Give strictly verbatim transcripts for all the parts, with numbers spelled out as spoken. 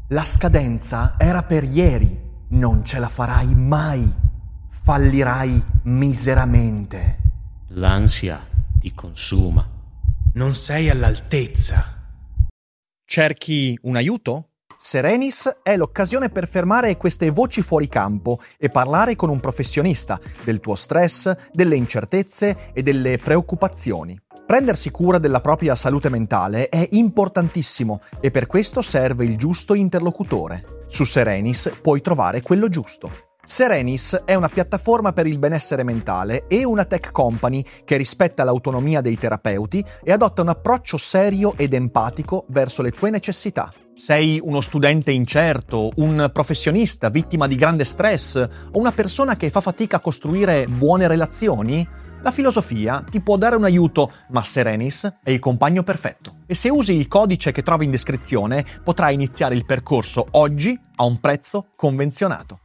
La scadenza era per ieri, non ce la farai mai, fallirai miseramente. L'ansia ti consuma. Non sei all'altezza. Cerchi un aiuto? Serenis è l'occasione per fermare queste voci fuori campo e parlare con un professionista del tuo stress, delle incertezze e delle preoccupazioni. Prendersi cura della propria salute mentale è importantissimo e per questo serve il giusto interlocutore. Su Serenis puoi trovare quello giusto. Serenis è una piattaforma per il benessere mentale e una tech company che rispetta l'autonomia dei terapeuti e adotta un approccio serio ed empatico verso le tue necessità. Sei uno studente incerto, un professionista vittima di grande stress o una persona che fa fatica a costruire buone relazioni? La filosofia ti può dare un aiuto, ma Serenis è il compagno perfetto. E se usi il codice che trovi in descrizione, potrai iniziare il percorso oggi a un prezzo convenzionato.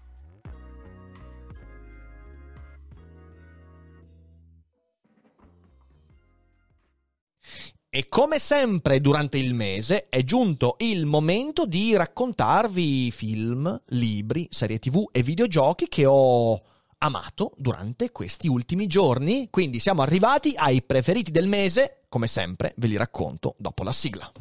E come sempre durante il mese è giunto il momento di raccontarvi film, libri, serie tivù e videogiochi che ho amato durante questi ultimi giorni. Quindi siamo arrivati ai preferiti del mese, come sempre ve li racconto dopo la sigla.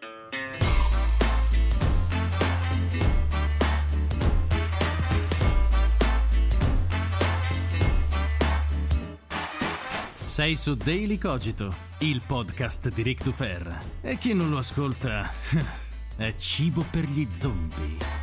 Sei su Daily Cogito, il podcast di Ric Dufer. E chi non lo ascolta è cibo per gli zombie.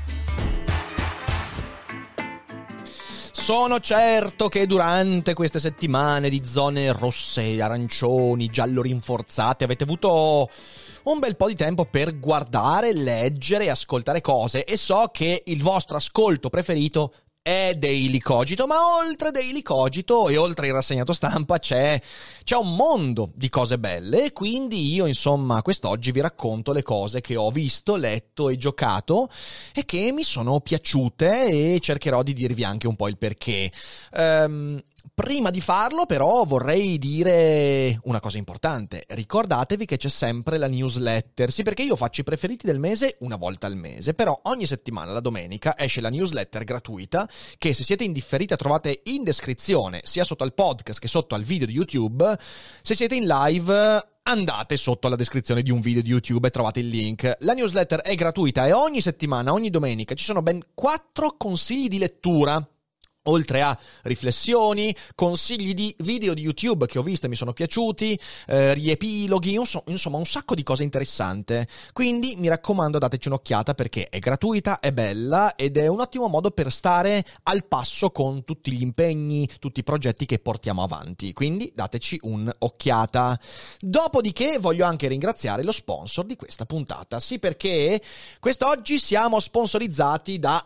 Sono certo che durante queste settimane di zone rosse, arancioni, giallo rinforzate avete avuto un bel po' di tempo per guardare, leggere e ascoltare cose, e so che il vostro ascolto preferito è Daily Cogito, ma oltre Daily Cogito e oltre il rassegnato stampa c'è, c'è un mondo di cose belle, e quindi io insomma quest'oggi vi racconto le cose che ho visto, letto e giocato e che mi sono piaciute, e cercherò di dirvi anche un po' il perché. Ehm... Prima di farlo però vorrei dire una cosa importante: ricordatevi che c'è sempre la newsletter. Sì, perché io faccio i preferiti del mese una volta al mese, però ogni settimana la domenica esce la newsletter gratuita che, se siete indifferiti, trovate in descrizione sia sotto al podcast che sotto al video di YouTube. Se siete in live andate sotto alla descrizione di un video di YouTube e trovate il link. La newsletter è gratuita e ogni settimana, ogni domenica ci sono ben quattro consigli di lettura, oltre a riflessioni, consigli di video di YouTube che ho visto e mi sono piaciuti, eh, riepiloghi, insomma un sacco di cose interessanti. Quindi mi raccomando, dateci un'occhiata perché è gratuita, è bella ed è un ottimo modo per stare al passo con tutti gli impegni, tutti i progetti che portiamo avanti. Quindi dateci un'occhiata. Dopodiché voglio anche ringraziare lo sponsor di questa puntata. Sì, perché quest'oggi siamo sponsorizzati da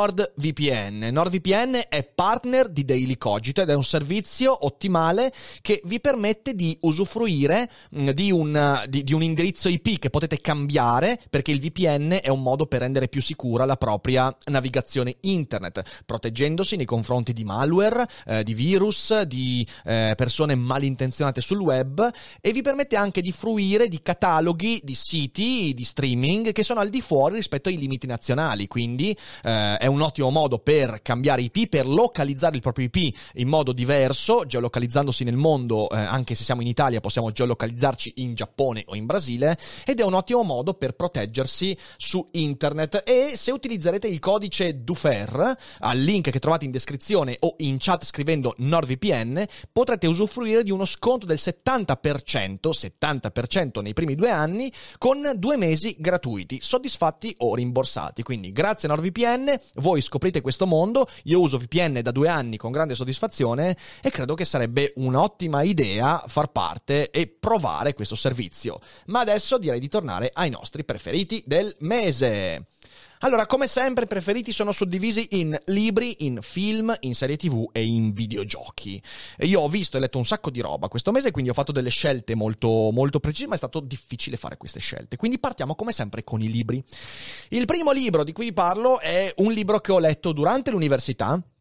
NordVPN. NordVPN è partner di Daily Cogito ed è un servizio ottimale che vi permette di usufruire di un, di, di un indirizzo I P che potete cambiare, perché il V P N è un modo per rendere più sicura la propria navigazione internet, proteggendosi nei confronti di malware, eh, di virus, di eh, persone malintenzionate sul web, e vi permette anche di fruire di cataloghi di siti di streaming che sono al di fuori rispetto ai limiti nazionali. Quindi eh, è un ottimo modo per cambiare I P, per localizzare il proprio I P in modo diverso, geolocalizzandosi nel mondo. Eh, anche se siamo in Italia possiamo geolocalizzarci in Giappone o in Brasile, ed è un ottimo modo per proteggersi su internet. E se utilizzerete il codice DUFER al link che trovate in descrizione o in chat scrivendo NordVPN, potrete usufruire di uno sconto del settanta per cento settanta per cento nei primi due anni, con due mesi gratuiti, soddisfatti o rimborsati. Quindi grazie a NordVPN voi scoprite questo mondo. Io uso V P N da due anni con grande soddisfazione e credo che sarebbe un'ottima idea far parte e provare questo servizio. Ma adesso direi di tornare ai nostri preferiti del mese. Allora, come sempre, i preferiti sono suddivisi in libri, in film, in serie tivù e in videogiochi. E io ho visto e letto un sacco di roba questo mese, quindi ho fatto delle scelte molto, molto precise, ma è stato difficile fare queste scelte. Quindi partiamo come sempre con i libri. Il primo libro di cui vi parlo è un libro che ho letto durante l'università,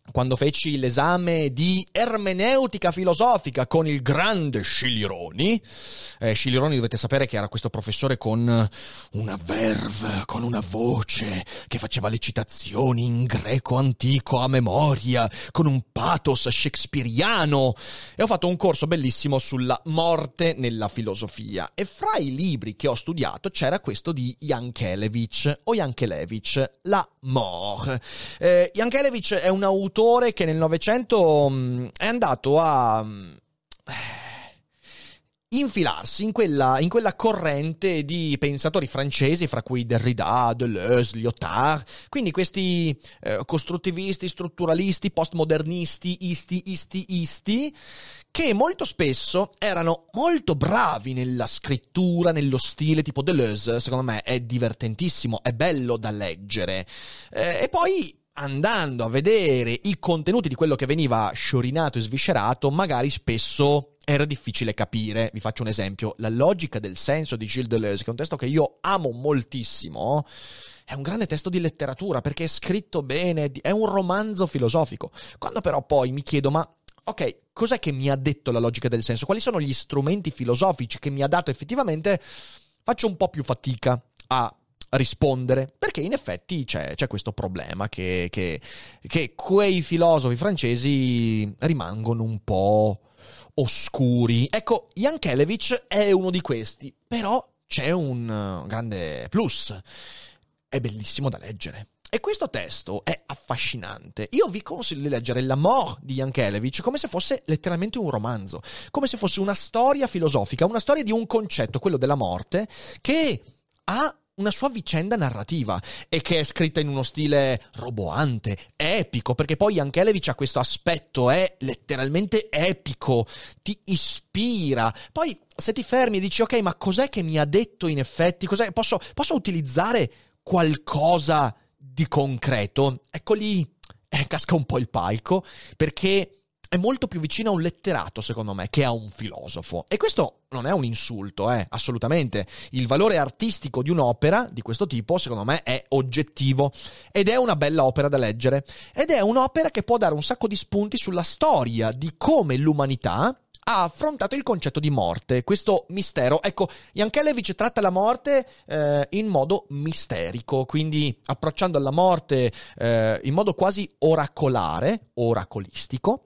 quando feci l'esame di ermeneutica filosofica con il grande Scilironi. Eh, Scilironi dovete sapere che era questo professore con una verve, con una voce, che faceva le citazioni in greco antico a memoria, con un pathos shakespeariano. E ho fatto un corso bellissimo sulla morte nella filosofia. E fra i libri che ho studiato c'era questo di Yankelevich, o Yankelevich, La Mort. Eh, Yankelevich è un autore che nel Novecento mh, è andato a mh, infilarsi in quella, in quella corrente di pensatori francesi, fra cui Derrida, Deleuze, Lyotard, quindi questi eh, costruttivisti, strutturalisti, postmodernisti, isti, isti, isti, che molto spesso erano molto bravi nella scrittura, nello stile, tipo Deleuze, secondo me è divertentissimo, è bello da leggere, eh, e poi andando a vedere i contenuti di quello che veniva sciorinato e sviscerato, magari spesso era difficile capire. Vi faccio un esempio: La logica del senso di Gilles Deleuze, che è un testo che io amo moltissimo, è un grande testo di letteratura perché è scritto bene, è un romanzo filosofico. Quando però poi mi chiedo, ma ok, cos'è che mi ha detto la logica del senso? Quali sono gli strumenti filosofici che mi ha dato effettivamente? Faccio un po' più fatica a rispondere, perché in effetti c'è, c'è questo problema che, che, che quei filosofi francesi rimangono un po' oscuri. Ecco, Yankelevich è uno di questi, però c'è un grande plus: è bellissimo da leggere. E questo testo è affascinante. Io vi consiglio di leggere La Mort di Yankelevich come se fosse letteralmente un romanzo, come se fosse una storia filosofica, una storia di un concetto, quello della morte, che ha una sua vicenda narrativa e che è scritta in uno stile roboante, epico, perché poi Yankelevich ha questo aspetto, è letteralmente epico, ti ispira. Poi se ti fermi e dici ok, ma cos'è che mi ha detto in effetti? Cos'è? Posso, posso utilizzare qualcosa di concreto? Ecco lì eh, casca un po' il palco, perché è molto più vicino a un letterato, secondo me, che a un filosofo. E questo non è un insulto, eh, assolutamente. Il valore artistico di un'opera di questo tipo, secondo me, è oggettivo. Ed è una bella opera da leggere. Ed è un'opera che può dare un sacco di spunti sulla storia di come l'umanità ha affrontato il concetto di morte, questo mistero. Ecco, Yankelevich tratta la morte eh, in modo misterico, quindi approcciando alla morte eh, in modo quasi oracolare, oracolistico,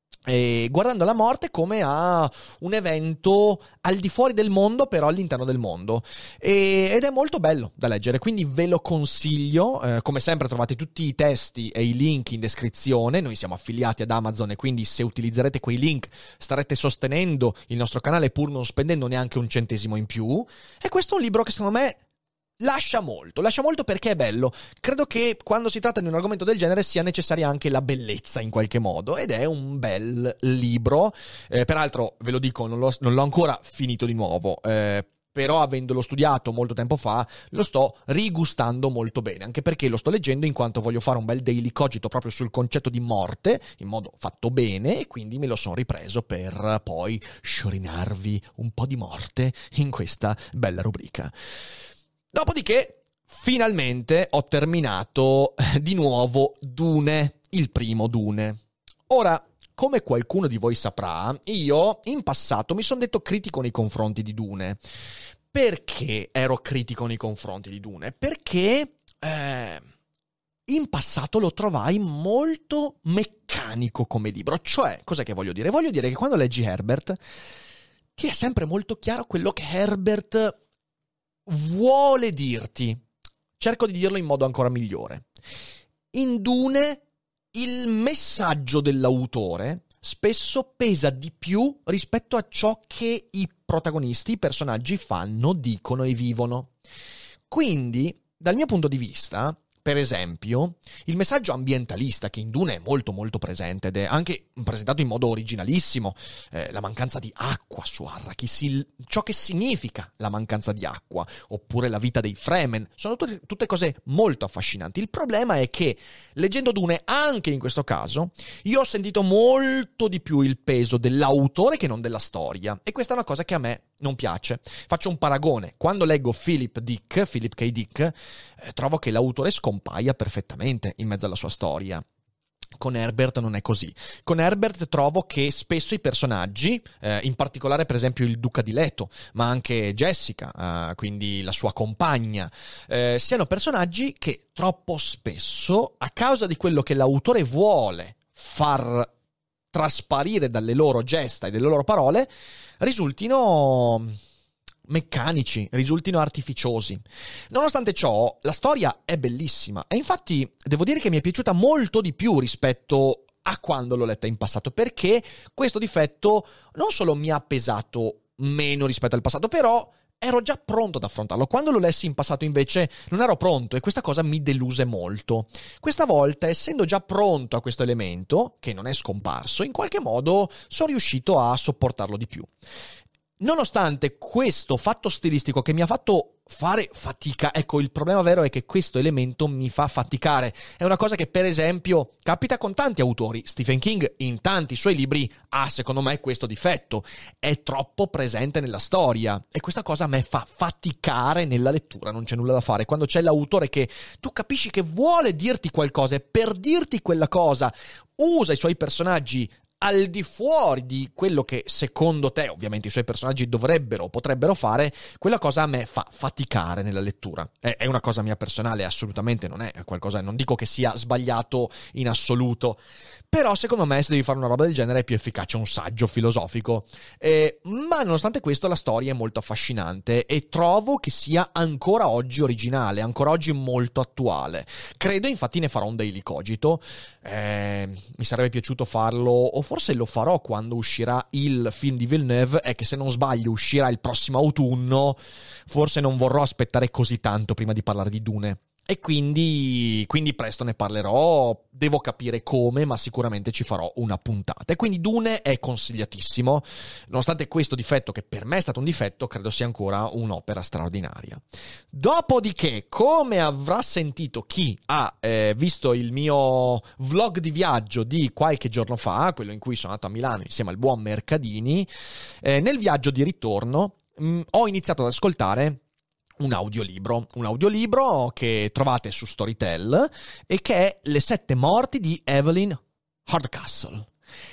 e guardando la morte come a un evento al di fuori del mondo, però all'interno del mondo. E, ed è molto bello da leggere, quindi ve lo consiglio. Eh, come sempre trovate tutti i testi e i link in descrizione. Noi siamo affiliati ad Amazon e quindi se utilizzerete quei link starete sostenendo il nostro canale pur non spendendo neanche un centesimo in più. E questo è un libro che secondo me lascia molto, lascia molto perché è bello. Credo che quando si tratta di un argomento del genere sia necessaria anche la bellezza in qualche modo, ed è un bel libro. Eh, peraltro, ve lo dico, non l'ho, non l'ho ancora finito di nuovo, eh, però avendolo studiato molto tempo fa lo sto rigustando molto bene, anche perché lo sto leggendo in quanto voglio fare un bel daily cogito proprio sul concetto di morte in modo fatto bene, e quindi me lo sono ripreso per poi sciorinarvi un po' di morte in questa bella rubrica. Dopodiché, finalmente ho terminato di nuovo Dune, il primo Dune. Ora, come qualcuno di voi saprà, io in passato mi sono detto critico nei confronti di Dune. Perché ero critico nei confronti di Dune? Perché eh, in passato lo trovai molto meccanico come libro. Cioè, cos'è che voglio dire? Voglio dire che quando leggi Herbert ti è sempre molto chiaro quello che Herbert vuole dirti. Cerco di dirlo in modo ancora migliore. In Dune il messaggio dell'autore spesso pesa di più rispetto a ciò che i protagonisti, i personaggi fanno, dicono e vivono. Quindi, dal mio punto di vista, per esempio, il messaggio ambientalista che in Dune è molto molto presente ed è anche presentato in modo originalissimo, eh, la mancanza di acqua su Arrakis, il, ciò che significa la mancanza di acqua, oppure la vita dei Fremen, sono tutte, tutte cose molto affascinanti. Il problema è che, leggendo Dune, anche in questo caso, io ho sentito molto di più il peso dell'autore che non della storia, e questa è una cosa che a me non piace. Faccio un paragone: quando leggo Philip Dick, Philip K. Dick, eh, trovo che l'autore scompaia perfettamente in mezzo alla sua storia. Con Herbert non è così. Con Herbert trovo che spesso i personaggi, eh, in particolare per esempio il Duca di Leto, ma anche Jessica, eh, quindi la sua compagna, eh, siano personaggi che troppo spesso, a causa di quello che l'autore vuole far trasparire dalle loro gesta e dalle loro parole, risultino meccanici, risultino artificiosi. Nonostante ciò, la storia è bellissima e infatti devo dire che mi è piaciuta molto di più rispetto a quando l'ho letta in passato, perché questo difetto non solo mi ha pesato meno rispetto al passato, però ero già pronto ad affrontarlo. Quando lo lessi in passato invece non ero pronto e questa cosa mi deluse molto. Questa volta, essendo già pronto a questo elemento, che non è scomparso, in qualche modo sono riuscito a sopportarlo di più. Nonostante questo fatto stilistico che mi ha fatto fare fatica, ecco, il problema vero è che questo elemento mi fa faticare. È una cosa che per esempio capita con tanti autori. Stephen King in tanti suoi libri ha secondo me questo difetto, è troppo presente nella storia e questa cosa a me fa faticare nella lettura. Non c'è nulla da fare quando c'è l'autore che tu capisci che vuole dirti qualcosa e per dirti quella cosa usa i suoi personaggi al di fuori di quello che secondo te ovviamente i suoi personaggi dovrebbero o potrebbero fare. Quella cosa a me fa faticare nella lettura. È, è una cosa mia personale, assolutamente non è qualcosa, non dico che sia sbagliato in assoluto, però secondo me se devi fare una roba del genere è più efficace un saggio filosofico. Eh, ma nonostante questo la storia è molto affascinante e trovo che sia ancora oggi originale, ancora oggi molto attuale. Credo infatti ne farò un Daily Cogito. Eh, mi sarebbe piaciuto farlo, o forse lo farò quando uscirà il film di Villeneuve, è che se non sbaglio uscirà il prossimo autunno, forse non vorrò aspettare così tanto prima di parlare di Dune. E quindi, quindi presto ne parlerò, devo capire come, ma sicuramente ci farò una puntata. E quindi Dune è consigliatissimo, nonostante questo difetto, che per me è stato un difetto, credo sia ancora un'opera straordinaria. Dopodiché, come avrà sentito chi ha eh, visto il mio vlog di viaggio di qualche giorno fa, quello in cui sono andato a Milano insieme al buon Mercadini, eh, nel viaggio di ritorno mh, ho iniziato ad ascoltare un audiolibro, un audiolibro che trovate su Storytel e che è Le sette morti di Evelyn Hardcastle.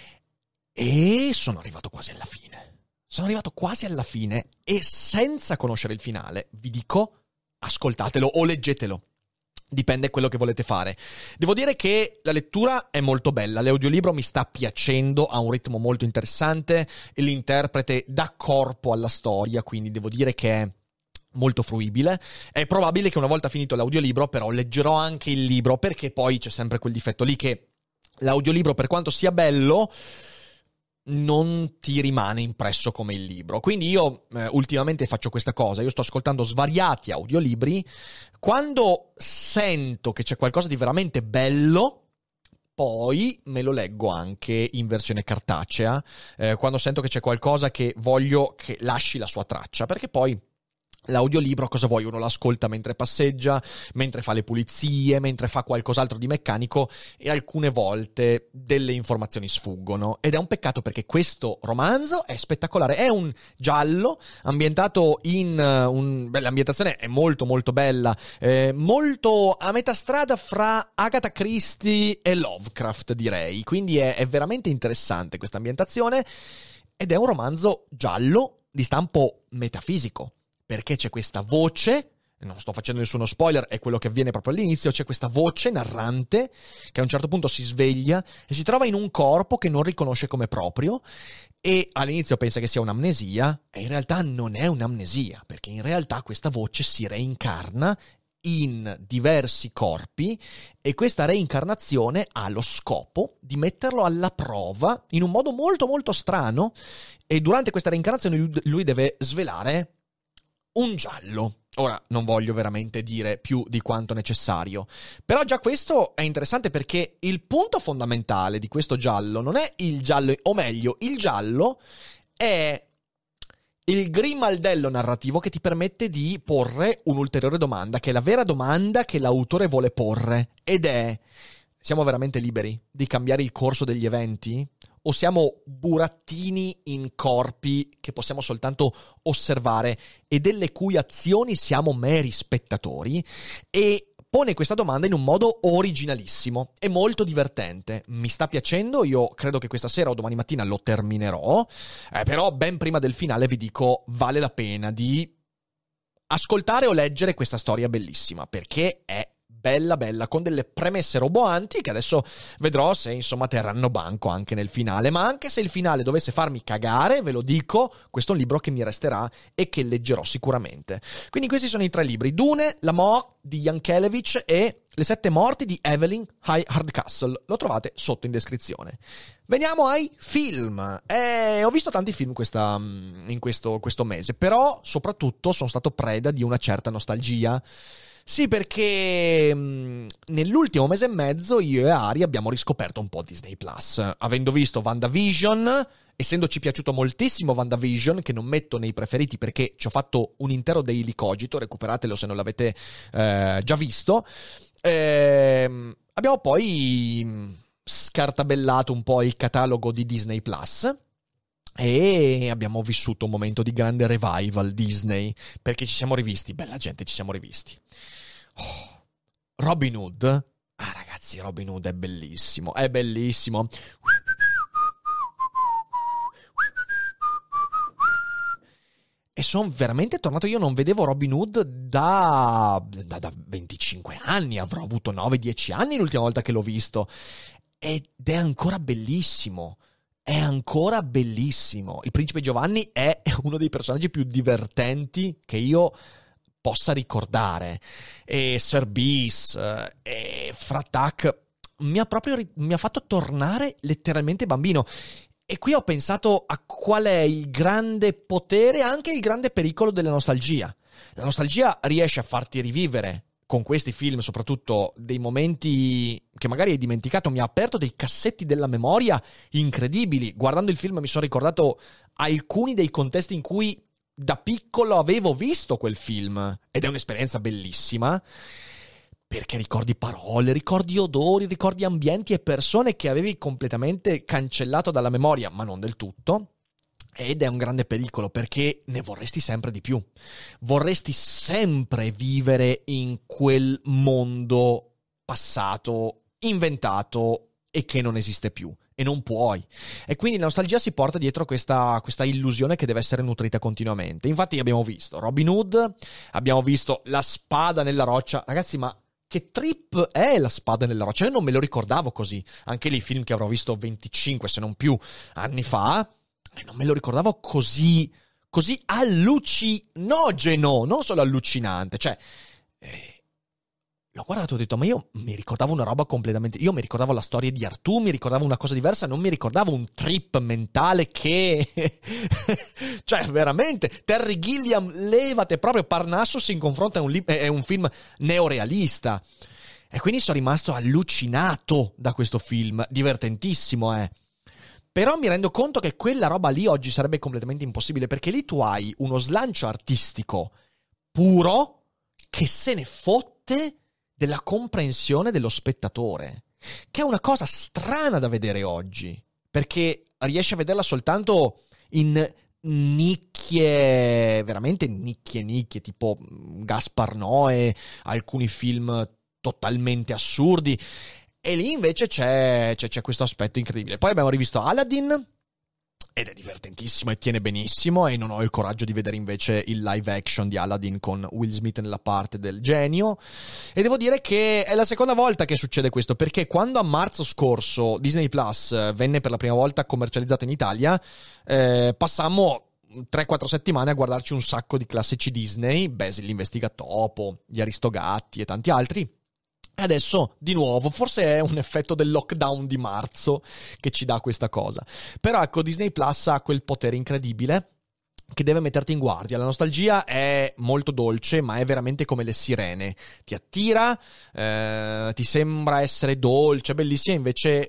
E sono arrivato quasi alla fine. Sono arrivato quasi alla fine e senza conoscere il finale vi dico ascoltatelo o leggetelo. Dipende quello che volete fare. Devo dire che la lettura è molto bella, l'audiolibro mi sta piacendo, ha un ritmo molto interessante e l'interprete dà corpo alla storia, quindi devo dire che è molto fruibile. È probabile che una volta finito l'audiolibro però leggerò anche il libro, perché poi c'è sempre quel difetto lì che l'audiolibro, per quanto sia bello, non ti rimane impresso come il libro. Quindi io eh, ultimamente faccio questa cosa, io sto ascoltando svariati audiolibri, quando sento che c'è qualcosa di veramente bello poi me lo leggo anche in versione cartacea, eh, quando sento che c'è qualcosa che voglio che lasci la sua traccia, perché poi l'audiolibro cosa vuoi? Uno l'ascolta mentre passeggia, mentre fa le pulizie, mentre fa qualcos'altro di meccanico e alcune volte delle informazioni sfuggono. Ed è un peccato perché questo romanzo è spettacolare. È un giallo ambientato in uh, un... Beh, l'ambientazione è molto molto bella, eh, molto a metà strada fra Agatha Christie e Lovecraft, direi. Quindi è, è veramente interessante questa ambientazione ed è un romanzo giallo di stampo metafisico. Perché c'è questa voce, non sto facendo nessuno spoiler, è quello che avviene proprio all'inizio, c'è questa voce narrante che a un certo punto si sveglia e si trova in un corpo che non riconosce come proprio e all'inizio pensa che sia un'amnesia e in realtà non è un'amnesia, perché in realtà questa voce si reincarna in diversi corpi e questa reincarnazione ha lo scopo di metterlo alla prova in un modo molto molto strano e durante questa reincarnazione lui deve svelare un giallo. Ora, non voglio veramente dire più di quanto necessario, però già questo è interessante perché il punto fondamentale di questo giallo non è il giallo, o meglio, il giallo è il grimaldello narrativo che ti permette di porre un'ulteriore domanda, che è la vera domanda che l'autore vuole porre, ed è: siamo veramente liberi di cambiare il corso degli eventi? O siamo burattini in corpi che possiamo soltanto osservare e delle cui azioni siamo meri spettatori? E pone questa domanda in un modo originalissimo e molto divertente. Mi sta piacendo, io credo che questa sera o domani mattina lo terminerò, eh, però ben prima del finale vi dico, vale la pena di ascoltare o leggere questa storia bellissima, perché è bella bella, con delle premesse roboanti che adesso vedrò se insomma terranno banco anche nel finale. Ma anche se il finale dovesse farmi cagare, ve lo dico, questo è un libro che mi resterà e che leggerò sicuramente. Quindi questi sono i tre libri: Dune, La Mort di Yankelevich e Le sette morti di Evelyn Hardcastle. Lo trovate sotto in descrizione. Veniamo ai film. Eh, ho visto tanti film questa, in questo, questo mese, però soprattutto sono stato preda di una certa nostalgia. Sì, perché mh, nell'ultimo mese e mezzo io e Ari abbiamo riscoperto un po' Disney Plus. Avendo visto WandaVision, essendoci piaciuto moltissimo WandaVision, che non metto nei preferiti perché ci ho fatto un intero Daily Cogito, recuperatelo se non l'avete eh, già visto, eh, abbiamo poi scartabellato un po' il catalogo di Disney Plus. E abbiamo vissuto un momento di grande revival Disney, perché ci siamo rivisti, bella gente, ci siamo rivisti. Oh, Robin Hood, ah ragazzi, Robin Hood è bellissimo, è bellissimo. E sono veramente tornato, io non vedevo Robin Hood da, da, da venticinque anni, avrò avuto nove dieci anni l'ultima volta che l'ho visto, ed è ancora bellissimo. È ancora bellissimo. Il principe Giovanni è uno dei personaggi più divertenti che io possa ricordare. E Sir Beast e Fratak mi ha proprio mi ha fatto tornare letteralmente bambino. E qui ho pensato a qual è il grande potere, anche il grande pericolo della nostalgia. La nostalgia riesce a farti rivivere, con questi film soprattutto, dei momenti che magari hai dimenticato. Mi ha aperto dei cassetti della memoria incredibili. Guardando il film mi sono ricordato alcuni dei contesti in cui da piccolo avevo visto quel film, ed è un'esperienza bellissima, perché ricordi parole, ricordi odori, ricordi ambienti e persone che avevi completamente cancellato dalla memoria, ma non del tutto. Ed è un grande pericolo, perché ne vorresti sempre di più. Vorresti sempre vivere in quel mondo passato, inventato e che non esiste più. E non puoi. E quindi la nostalgia si porta dietro questa, questa illusione che deve essere nutrita continuamente. Infatti abbiamo visto Robin Hood, abbiamo visto La spada nella roccia. Ragazzi, ma che trip è La spada nella roccia? Io non me lo ricordavo così. Anche lì film che avrò visto venticinque, se non più, anni fa. Non me lo ricordavo così, così allucinogeno, non solo allucinante. Cioè, eh, l'ho guardato e ho detto, ma io mi ricordavo una roba completamente... Io mi ricordavo la storia di Artù, mi ricordavo una cosa diversa, non mi ricordavo un trip mentale che... cioè, veramente, Terry Gilliam, levate proprio. Parnassus in confronto a un, li- è un film neorealista. E quindi sono rimasto allucinato da questo film, divertentissimo, eh. Però mi rendo conto che quella roba lì oggi sarebbe completamente impossibile, perché lì tu hai uno slancio artistico puro che se ne fotte della comprensione dello spettatore, che è una cosa strana da vedere oggi, perché riesci a vederla soltanto in nicchie, veramente nicchie nicchie, tipo Gaspar Noè, alcuni film totalmente assurdi. E lì invece c'è, c'è, c'è questo aspetto incredibile. Poi abbiamo rivisto Aladdin, ed è divertentissimo e tiene benissimo, e non ho il coraggio di vedere invece il live action di Aladdin con Will Smith nella parte del genio. E devo dire che è la seconda volta che succede questo, perché quando a marzo scorso Disney Plus venne per la prima volta commercializzato in Italia, eh, passammo tre quattro settimane a guardarci un sacco di classici Disney, Basil l'investigatopo, Gli Aristogatti e tanti altri. E adesso, di nuovo, forse è un effetto del lockdown di marzo che ci dà questa cosa. Però ecco, Disney Plus ha quel potere incredibile che deve metterti in guardia. La nostalgia è molto dolce, ma è veramente come le sirene. Ti attira, eh, ti sembra essere dolce, bellissima, invece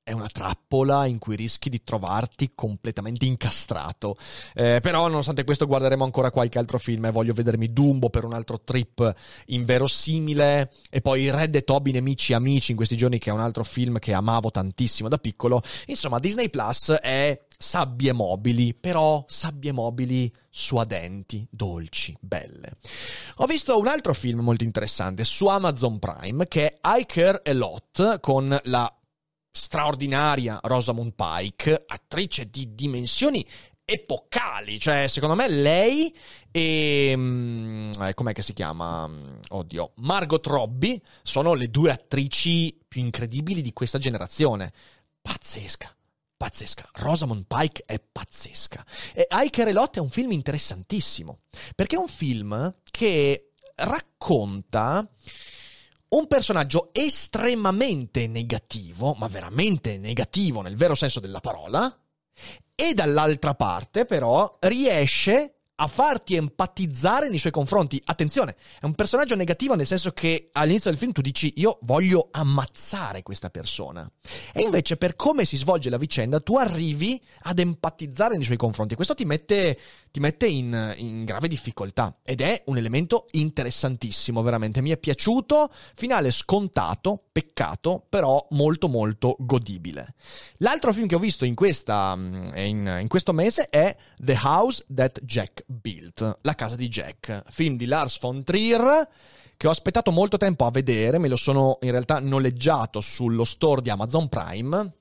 è una trappola in cui rischi di trovarti completamente incastrato. Eh, però, nonostante questo, guarderemo ancora qualche altro film e voglio vedermi Dumbo per un altro trip inverosimile, e poi Red e Toby nemici amici in questi giorni, che è un altro film che amavo tantissimo da piccolo. Insomma, Disney Plus è sabbie mobili, però sabbie mobili suadenti, dolci, belle. Ho visto un altro film molto interessante su Amazon Prime, che è I Care a Lot, con la straordinaria Rosamund Pike, attrice di dimensioni epocali. Cioè, secondo me lei e eh, com'è che si chiama? Oddio, Margot Robbie sono le due attrici più incredibili di questa generazione. Pazzesca. Pazzesca. Rosamund Pike è pazzesca. E I Care a Lot è un film interessantissimo, perché è un film che racconta un personaggio estremamente negativo, ma veramente negativo nel vero senso della parola, e dall'altra parte però riesce a farti empatizzare nei suoi confronti. Attenzione, è un personaggio negativo nel senso che all'inizio del film tu dici io voglio ammazzare questa persona, e invece per come si svolge la vicenda tu arrivi ad empatizzare nei suoi confronti. Questo ti mette, ti mette in, in grave difficoltà, ed è un elemento interessantissimo, veramente mi è piaciuto. Finale scontato, peccato, però molto molto godibile. L'altro film che ho visto in, questa, in, in questo mese è The House That Jack Built, La casa di Jack, film di Lars von Trier, che ho aspettato molto tempo a vedere. Me lo sono in realtà noleggiato sullo store di Amazon Prime,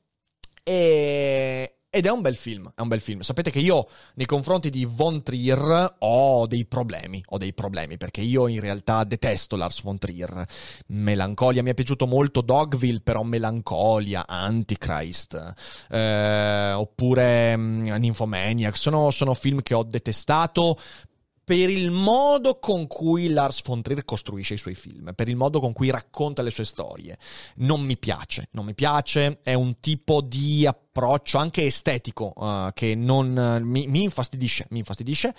e... ed è un bel film, è un bel film. Sapete che io nei confronti di Von Trier ho dei problemi, ho dei problemi, perché io in realtà detesto Lars von Trier. Melancolia, mi è piaciuto molto Dogville, però Melancolia, Antichrist, eh, oppure um, Nymphomaniac, sono, sono film che ho detestato per il modo con cui Lars von Trier costruisce i suoi film, per il modo con cui racconta le sue storie. Non mi piace, non mi piace, è un tipo di approccio anche estetico uh, che non uh, mi, mi infastidisce, mi infastidisce,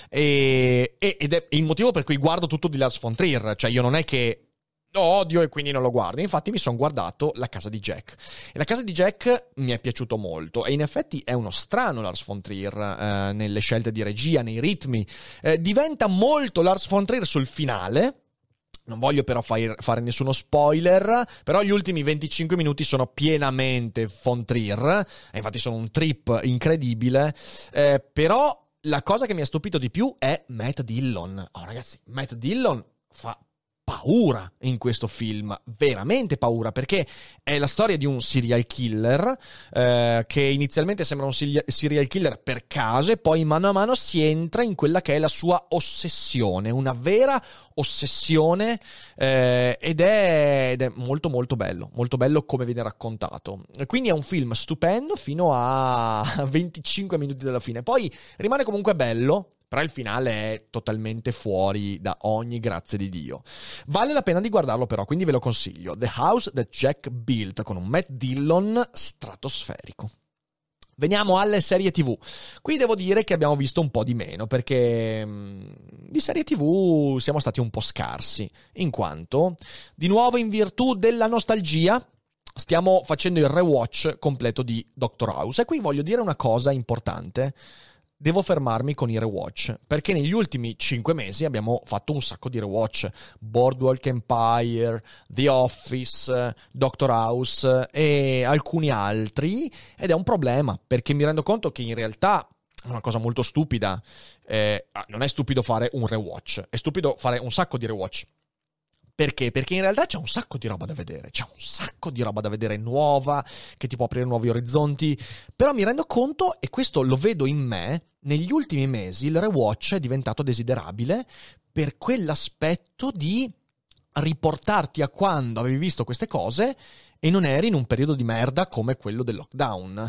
e, e, ed è il motivo per cui guardo tutto di Lars von Trier. Cioè io non è che lo odio e quindi non lo guardo. Infatti mi sono guardato La casa di Jack, e La casa di Jack mi è piaciuto molto, e in effetti è uno strano Lars von Trier eh, nelle scelte di regia, nei ritmi. Eh, diventa molto Lars von Trier sul finale. Non voglio però fare, fare nessuno spoiler, però gli ultimi venticinque minuti sono pienamente von Trier, e infatti sono un trip incredibile. Eh, però la cosa che mi ha stupito di più è Matt Dillon. Oh ragazzi, Matt Dillon fa paura in questo film, veramente paura, perché è la storia di un serial killer eh, che inizialmente sembra un serial killer per caso, e poi mano a mano si entra in quella che è la sua ossessione, una vera ossessione, eh, ed, è, ed è molto molto bello, molto bello come viene raccontato. Quindi è un film stupendo fino a venticinque minuti dalla fine, poi rimane comunque bello. Però il finale è totalmente fuori da ogni grazia di Dio. Vale la pena di guardarlo però, quindi ve lo consiglio. The House That Jack Built, con un Matt Dillon stratosferico. Veniamo alle serie tivù. Qui devo dire che abbiamo visto un po' di meno, perché mh, di serie tivù siamo stati un po' scarsi, in quanto, di nuovo in virtù della nostalgia, stiamo facendo il rewatch completo di Doctor House. E qui voglio dire una cosa importante. Devo fermarmi con i rewatch, perché negli ultimi cinque mesi abbiamo fatto un sacco di rewatch. Boardwalk Empire, The Office, Doctor House e alcuni altri, ed è un problema, perché mi rendo conto che in realtà è una cosa molto stupida. Eh, non è stupido fare un rewatch, è stupido fare un sacco di rewatch. Perché? Perché in realtà c'è un sacco di roba da vedere, c'è un sacco di roba da vedere nuova, che ti può aprire nuovi orizzonti, però mi rendo conto, e questo lo vedo in me, negli ultimi mesi il rewatch è diventato desiderabile per quell'aspetto di riportarti a quando avevi visto queste cose e non eri in un periodo di merda come quello del lockdown.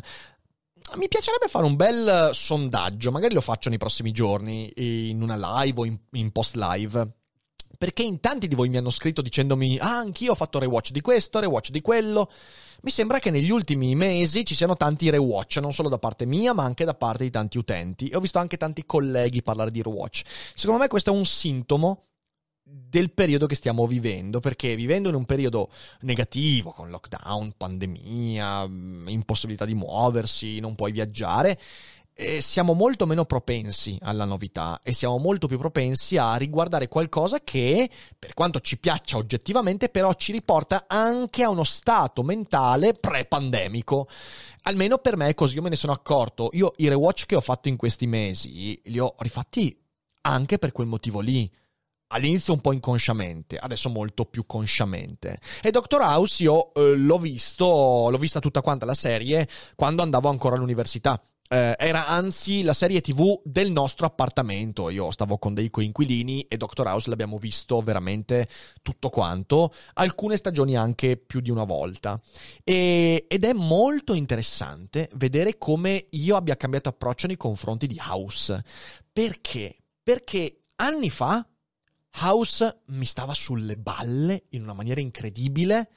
Mi piacerebbe fare un bel sondaggio, magari lo faccio nei prossimi giorni, in una live o in, in post live, perché in tanti di voi mi hanno scritto dicendomi ah, anch'io ho fatto rewatch di questo, rewatch di quello. Mi sembra che negli ultimi mesi ci siano tanti rewatch, non solo da parte mia, ma anche da parte di tanti utenti. E ho visto anche tanti colleghi parlare di rewatch. Secondo me questo è un sintomo del periodo che stiamo vivendo, perché vivendo in un periodo negativo, con lockdown, pandemia, impossibilità di muoversi, non puoi viaggiare, eh, siamo molto meno propensi alla novità e siamo molto più propensi a riguardare qualcosa che, per quanto ci piaccia oggettivamente, però ci riporta anche a uno stato mentale pre-pandemico. Almeno per me è così, io me ne sono accorto. Io i rewatch che ho fatto in questi mesi li ho rifatti anche per quel motivo lì. All'inizio un po' inconsciamente, adesso molto più consciamente. E Doctor House io eh, l'ho visto, l'ho vista tutta quanta la serie quando andavo ancora all'università. Eh, era anzi la serie tivù del nostro appartamento. Io stavo con dei coinquilini e Doctor House l'abbiamo visto veramente tutto quanto, alcune stagioni anche più di una volta. E, ed è molto interessante vedere come io abbia cambiato approccio nei confronti di House. Perché? Perché anni fa House mi stava sulle balle in una maniera incredibile,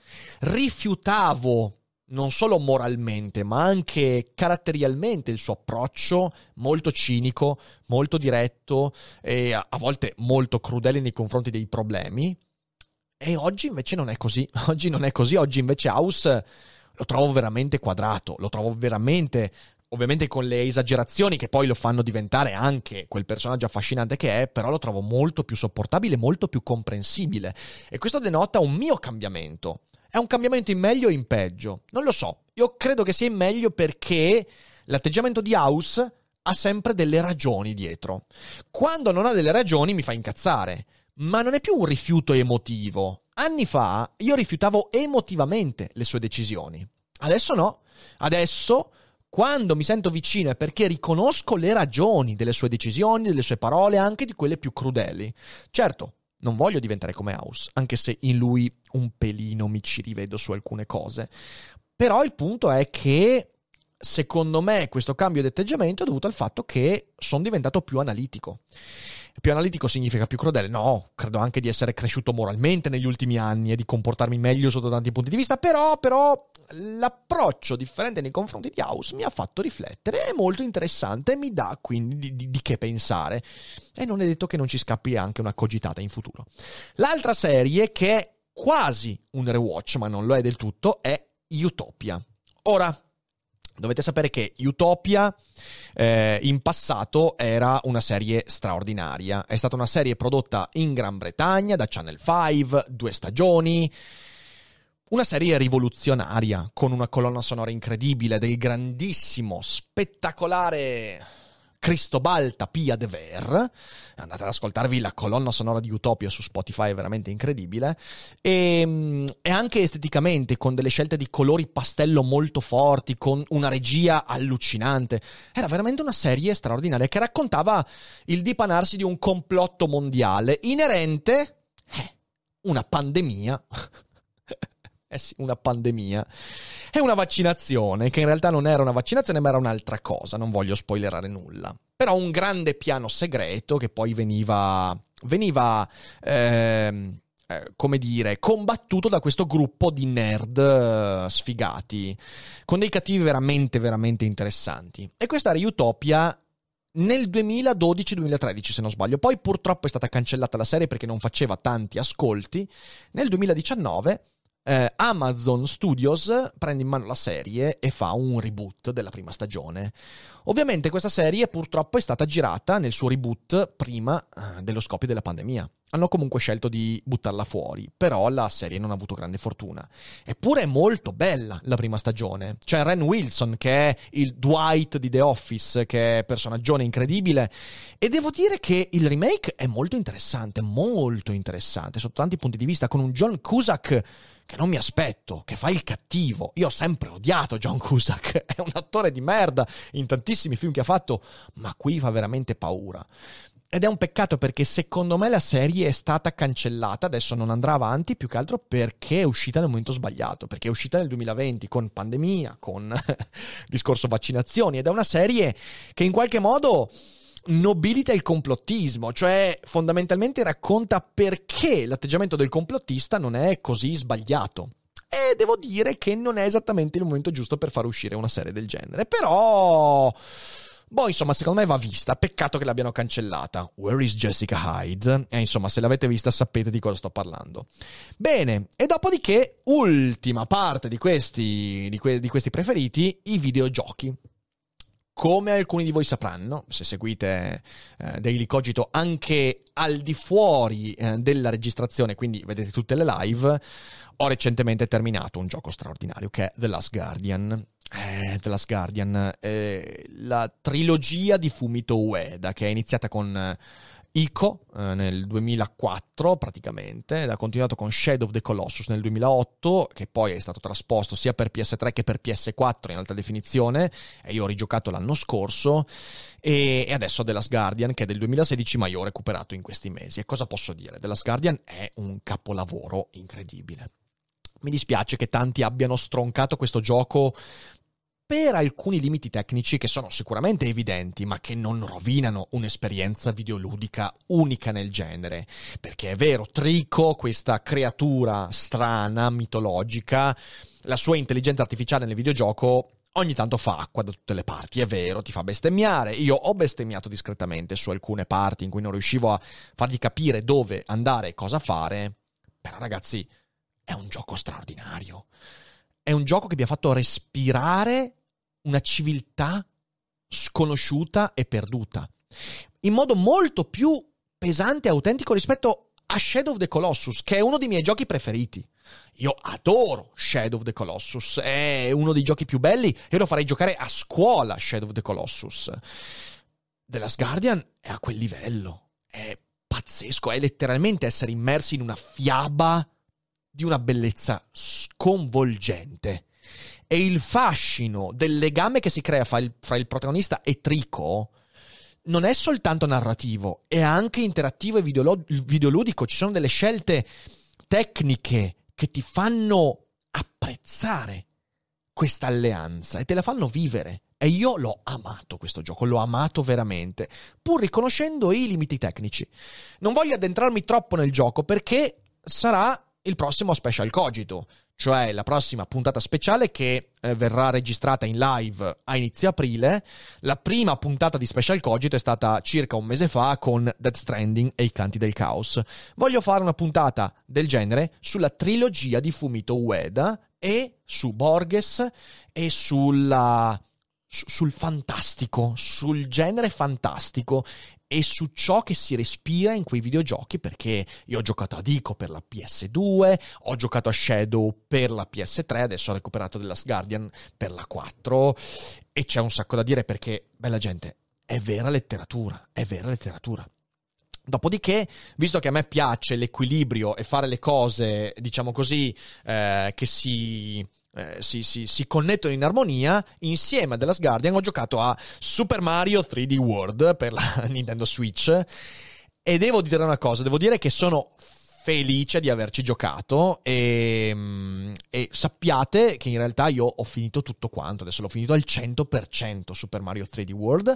rifiutavo non solo moralmente ma anche caratterialmente il suo approccio molto cinico, molto diretto e a volte molto crudele nei confronti dei problemi. E oggi invece non è così, oggi non è così, oggi invece House lo trovo veramente quadrato, lo trovo veramente... Ovviamente con le esagerazioni che poi lo fanno diventare anche quel personaggio affascinante che è, però lo trovo molto più sopportabile, molto più comprensibile. E questo denota un mio cambiamento. È un cambiamento in meglio o in peggio? Non lo so. Io credo che sia in meglio perché l'atteggiamento di House ha sempre delle ragioni dietro. Quando non ha delle ragioni mi fa incazzare. Ma non è più un rifiuto emotivo. Anni fa io rifiutavo emotivamente le sue decisioni. Adesso no. Adesso... Quando mi sento vicino è perché riconosco le ragioni delle sue decisioni, delle sue parole, anche di quelle più crudeli. Certo, non voglio diventare come House, anche se in lui un pelino mi ci rivedo su alcune cose. Però il punto è che, secondo me, questo cambio di atteggiamento è dovuto al fatto che sono diventato più analitico. Più analitico significa più crudele? No, credo anche di essere cresciuto moralmente negli ultimi anni e di comportarmi meglio sotto tanti punti di vista, però, però l'approccio differente nei confronti di House mi ha fatto riflettere, è molto interessante e mi dà quindi di, di, di che pensare. E non è detto che non ci scappi anche una cogitata in futuro. L'altra serie, che è quasi un rewatch, ma non lo è del tutto, è Utopia. Ora... Dovete sapere che Utopia eh, in passato era una serie straordinaria. È stata una serie prodotta in Gran Bretagna da Channel cinque, due stagioni. Una serie rivoluzionaria, con una colonna sonora incredibile del grandissimo, spettacolare Cristobal Tapia de Ver. Andate ad ascoltarvi la colonna sonora di Utopia su Spotify, è veramente incredibile. E, e anche esteticamente, con delle scelte di colori pastello molto forti, con una regia allucinante. Era veramente una serie straordinaria che raccontava il dipanarsi di un complotto mondiale inerente eh, una pandemia. Eh sì, una pandemia. E una vaccinazione, che in realtà non era una vaccinazione, ma era un'altra cosa, non voglio spoilerare nulla. Però un grande piano segreto che poi veniva, veniva ehm, eh, come dire, combattuto da questo gruppo di nerd eh, sfigati, con dei cattivi veramente, veramente interessanti. E questa era Utopia nel duemiladodici duemilatredici, se non sbaglio. Poi purtroppo è stata cancellata la serie perché non faceva tanti ascolti. Nel duemiladiciannove... Eh, Amazon Studios prende in mano la serie e fa un reboot della prima stagione. Ovviamente questa serie purtroppo è stata girata nel suo reboot prima eh, dello scoppio della pandemia. Hanno comunque scelto di buttarla fuori, però la serie non ha avuto grande fortuna. Eppure è molto bella la prima stagione. C'è Ren Wilson, che è il Dwight di The Office, che è personaggione incredibile, e devo dire che il remake è molto interessante, molto interessante sotto tanti punti di vista, con un John Cusack che non mi aspetto, che fa il cattivo. Io ho sempre odiato John Cusack, è un attore di merda in tantissimi film che ha fatto, ma qui fa veramente paura. Ed è un peccato perché secondo me la serie è stata cancellata, adesso non andrà avanti, più che altro perché è uscita nel momento sbagliato, perché è uscita nel duemilaventi con pandemia, con discorso vaccinazioni, ed è una serie che in qualche modo nobilita il complottismo, cioè fondamentalmente racconta perché l'atteggiamento del complottista non è così sbagliato. E devo dire che non è esattamente il momento giusto per far uscire una serie del genere, però Boh, insomma, secondo me va vista. Peccato che l'abbiano cancellata. Where is Jessica Hyde? E insomma, se l'avete vista sapete di cosa sto parlando. Bene, e dopodiché, ultima parte di questi, di que- di questi preferiti, i videogiochi. Come alcuni di voi sapranno, se seguite eh, Daily Cogito anche al di fuori eh, della registrazione, quindi vedete tutte le live, ho recentemente terminato un gioco straordinario che è The Last Guardian. Eh, The Last Guardian, eh, la trilogia di Fumito Ueda, che è iniziata con eh, Ico eh, nel duemilaquattro praticamente, ed ha continuato con Shadow of the Colossus nel duemilaotto, che poi è stato trasposto sia per P S tre che per P S quattro in alta definizione, e io ho rigiocato l'anno scorso, e, e adesso The Last Guardian, che è del duemilasedici, ma io ho recuperato in questi mesi. E cosa posso dire? The Last Guardian è un capolavoro incredibile. Mi dispiace che tanti abbiano stroncato questo gioco per alcuni limiti tecnici che sono sicuramente evidenti, ma che non rovinano un'esperienza videoludica unica nel genere. Perché è vero, Trico, questa creatura strana, mitologica, la sua intelligenza artificiale nel videogioco ogni tanto fa acqua da tutte le parti, è vero, ti fa bestemmiare. Io ho bestemmiato discretamente su alcune parti in cui non riuscivo a fargli capire dove andare e cosa fare, però ragazzi, è un gioco straordinario. È un gioco che mi ha fatto respirare una civiltà sconosciuta e perduta, in modo molto più pesante e autentico rispetto a Shadow of the Colossus, che è uno dei miei giochi preferiti. Io adoro Shadow of the Colossus, è uno dei giochi più belli, io lo farei giocare a scuola Shadow of the Colossus. The Last Guardian è a quel livello, è pazzesco, è letteralmente essere immersi in una fiaba di una bellezza sconvolgente. E il fascino del legame che si crea fra il, fra il protagonista e Trico non è soltanto narrativo, è anche interattivo e videolo- videoludico. Ci sono delle scelte tecniche che ti fanno apprezzare questa alleanza e te la fanno vivere. E io l'ho amato questo gioco, l'ho amato veramente, pur riconoscendo i limiti tecnici. Non voglio addentrarmi troppo nel gioco perché sarà il prossimo Special Cogito, cioè la prossima puntata speciale che eh, verrà registrata in live a inizio aprile. La prima puntata di Special Cogito è stata circa un mese fa con Death Stranding e i Canti del Caos. Voglio fare una puntata del genere sulla trilogia di Fumito Ueda e su Borges e sulla, su, sul fantastico, sul genere fantastico e su ciò che si respira in quei videogiochi, perché io ho giocato a Ico per la P S due, ho giocato a Shadow per la P S tre, adesso ho recuperato The Last Guardian per la quattro, e c'è un sacco da dire perché, bella gente, è vera letteratura, è vera letteratura. Dopodiché, visto che a me piace l'equilibrio e fare le cose, diciamo così, eh, che si... Eh, si, si, si connettono in armonia, insieme a The Last Guardian ho giocato a Super Mario tre D World per la Nintendo Switch, e devo dire una cosa, devo dire che sono felice di averci giocato, e, e sappiate che in realtà io ho finito tutto quanto, adesso l'ho finito al cento per cento Super Mario tre D World,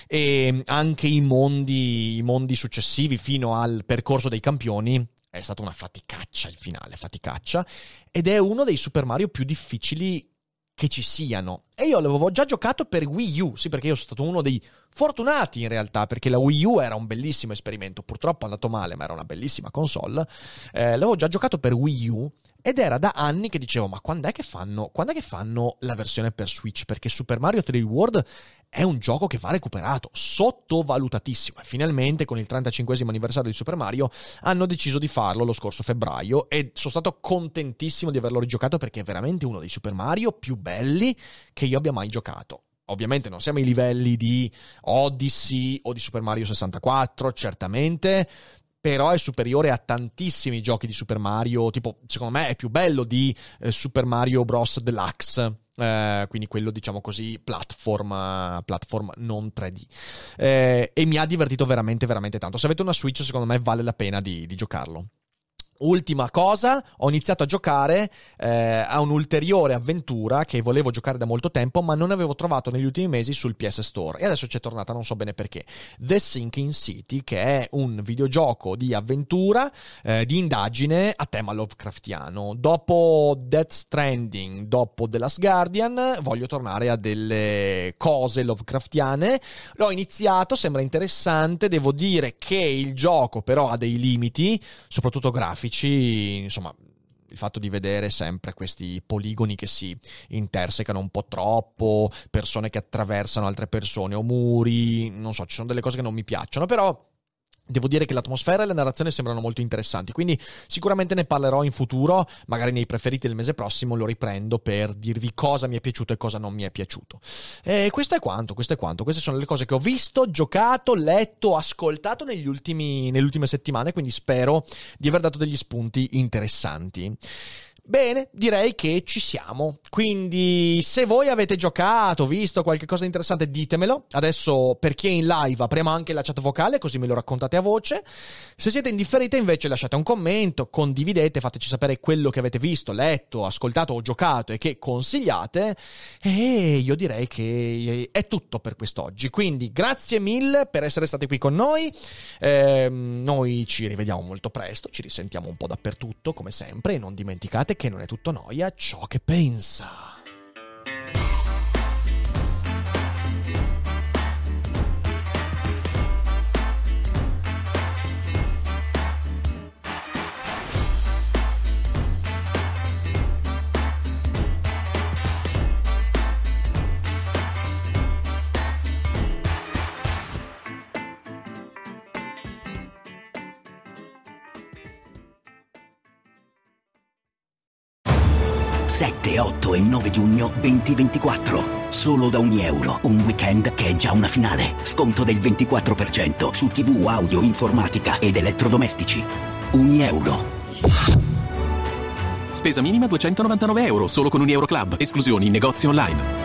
e anche i mondi, i mondi successivi fino al percorso dei campioni. È stata una faticaccia il finale, faticaccia, ed è uno dei Super Mario più difficili che ci siano. E io l'avevo già giocato per Wii U, sì, perché io sono stato uno dei fortunati in realtà, perché la Wii U era un bellissimo esperimento, purtroppo è andato male, ma era una bellissima console. Eh, l'avevo già giocato per Wii U, ed era da anni che dicevo, ma quando è che fanno, quando è che fanno la versione per Switch? Perché Super Mario tre D World è un gioco che va recuperato, sottovalutatissimo, e finalmente con il trentacinquesimo anniversario di Super Mario hanno deciso di farlo lo scorso febbraio, e sono stato contentissimo di averlo rigiocato perché è veramente uno dei Super Mario più belli che io abbia mai giocato. Ovviamente non siamo ai livelli di Odyssey o di Super Mario sessantaquattro, certamente, però è superiore a tantissimi giochi di Super Mario, tipo, secondo me è più bello di eh, Super Mario Bros. Deluxe, eh, quindi quello, diciamo così, platform, platform non tre D. Eh, e mi ha divertito veramente, veramente tanto. Se avete una Switch, secondo me vale la pena di, di giocarlo. Ultima cosa, ho iniziato a giocare eh, a un'ulteriore avventura che volevo giocare da molto tempo, ma non avevo trovato negli ultimi mesi sul P S Store, e adesso c'è tornata, non so bene perché. The Sinking City, che è un videogioco di avventura, eh, di indagine a tema Lovecraftiano. Dopo Death Stranding, dopo The Last Guardian, voglio tornare a delle cose Lovecraftiane. L'ho iniziato, sembra interessante, devo dire che il gioco però ha dei limiti, soprattutto grafici. Insomma, il fatto di vedere sempre questi poligoni che si intersecano un po' troppo, persone che attraversano altre persone o muri, non so, ci sono delle cose che non mi piacciono, però devo dire che l'atmosfera e la narrazione sembrano molto interessanti, quindi sicuramente ne parlerò in futuro, magari nei preferiti del mese prossimo lo riprendo per dirvi cosa mi è piaciuto e cosa non mi è piaciuto. E questo è quanto, questo è quanto. Queste sono le cose che ho visto, giocato, letto, ascoltato negli ultimi, nelle ultime settimane, quindi spero di aver dato degli spunti interessanti. Bene, direi che ci siamo. Quindi se voi avete giocato, visto qualche cosa di interessante, ditemelo. Adesso per chi è in live apriamo anche la chat vocale, così me lo raccontate a voce. Se siete in differita invece lasciate un commento, condividete, fateci sapere quello che avete visto, letto, ascoltato o giocato e che consigliate. E io direi che è tutto per quest'oggi. Quindi grazie mille per essere stati qui con noi. Eh, noi ci rivediamo molto presto, ci risentiamo un po' dappertutto come sempre, e non dimenticate che non è tutto noia ciò che pensa. sette, otto e nove giugno duemilaventiquattro. Solo da ogni euro. Un weekend che è già una finale. Sconto del ventiquattro per cento su tivù, audio, informatica ed elettrodomestici. Ogni euro. Spesa minima duecentonovantanove euro, solo con un Euro Club. Esclusioni in negozio online.